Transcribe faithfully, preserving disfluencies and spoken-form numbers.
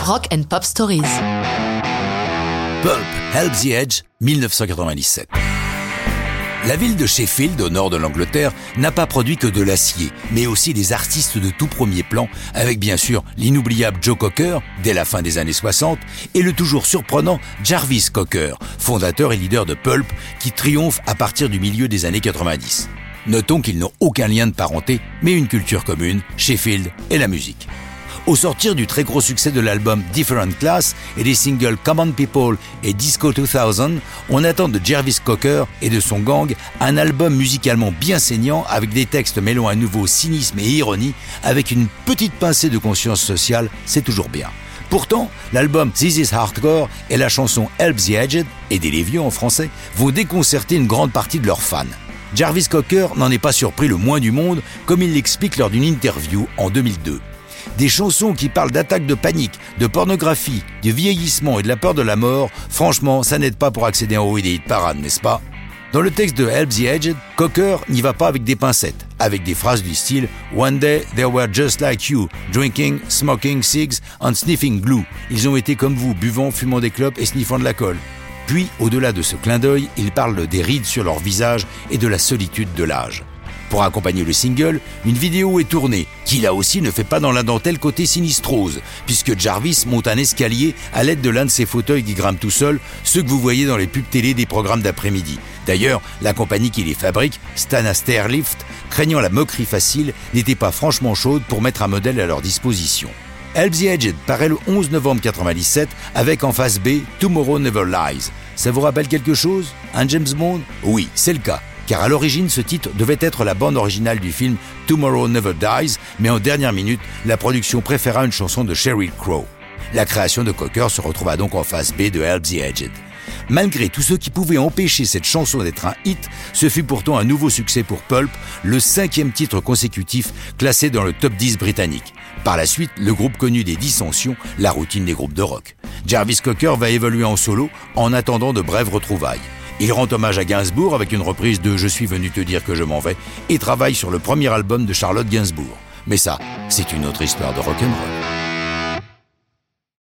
Rock and Pop Stories. Pulp, Help the Edge, dix-neuf cent quatre-vingt-dix-sept. La ville de Sheffield, au nord de l'Angleterre, n'a pas produit que de l'acier, mais aussi des artistes de tout premier plan, avec bien sûr l'inoubliable Joe Cocker, dès la fin des années soixante, et le toujours surprenant Jarvis Cocker, fondateur et leader de Pulp, qui triomphe à partir du milieu des années quatre-vingt-dix. Notons qu'ils n'ont aucun lien de parenté, mais une culture commune, Sheffield et la musique. Au sortir du très gros succès de l'album Different Class et des singles Come On People et Disco deux mille, on attend de Jarvis Cocker et de son gang un album musicalement bien saignant avec des textes mêlant à nouveau cynisme et ironie, avec une petite pincée de conscience sociale, c'est toujours bien. Pourtant, l'album This Is Hardcore et la chanson Help the Aged, aidez les vieux en français, vont déconcerter une grande partie de leurs fans. Jarvis Cocker n'en est pas surpris le moins du monde, comme il l'explique lors d'une interview en deux mille deux. Des chansons qui parlent d'attaques de panique, de pornographie, de vieillissement et de la peur de la mort, franchement, ça n'aide pas pour accéder en haut et des hit parades, n'est-ce pas? Dans le texte de Help the Aged, Cocker n'y va pas avec des pincettes, avec des phrases du style « One day they were just like you, drinking, smoking cigs and sniffing glue. Ils ont été comme vous, buvant, fumant des clopes et sniffant de la colle. » Puis, au-delà de ce clin d'œil, il parle des rides sur leur visage et de la solitude de l'âge. Pour accompagner le single, une vidéo est tournée, qui là aussi ne fait pas dans la dentelle côté sinistrose, puisque Jarvis monte un escalier à l'aide de l'un de ses fauteuils qui grimpe tout seul, ceux que vous voyez dans les pubs télé des programmes d'après-midi. D'ailleurs, la compagnie qui les fabrique, Stannah Stairlift, craignant la moquerie facile, n'était pas franchement chaude pour mettre un modèle à leur disposition. Help the Aged paraît le onze novembre quatre-vingt-dix-sept avec en face B Tomorrow Never Lies. Ça vous rappelle quelque chose? Un James Bond? Oui, c'est le cas. Car à l'origine, ce titre devait être la bande originale du film Tomorrow Never Dies, mais en dernière minute, la production préféra une chanson de Sheryl Crow. La création de Cocker se retrouva donc en face B de Help the Aged. Malgré tout ce qui pouvait empêcher cette chanson d'être un hit, ce fut pourtant un nouveau succès pour Pulp, le cinquième titre consécutif classé dans le top dix britannique. Par la suite, le groupe connut des dissensions, la routine des groupes de rock. Jarvis Cocker va évoluer en solo en attendant de brèves retrouvailles. Il rend hommage à Gainsbourg avec une reprise de « Je suis venu te dire que je m'en vais » et travaille sur le premier album de Charlotte Gainsbourg. Mais ça, c'est une autre histoire de rock'n'roll.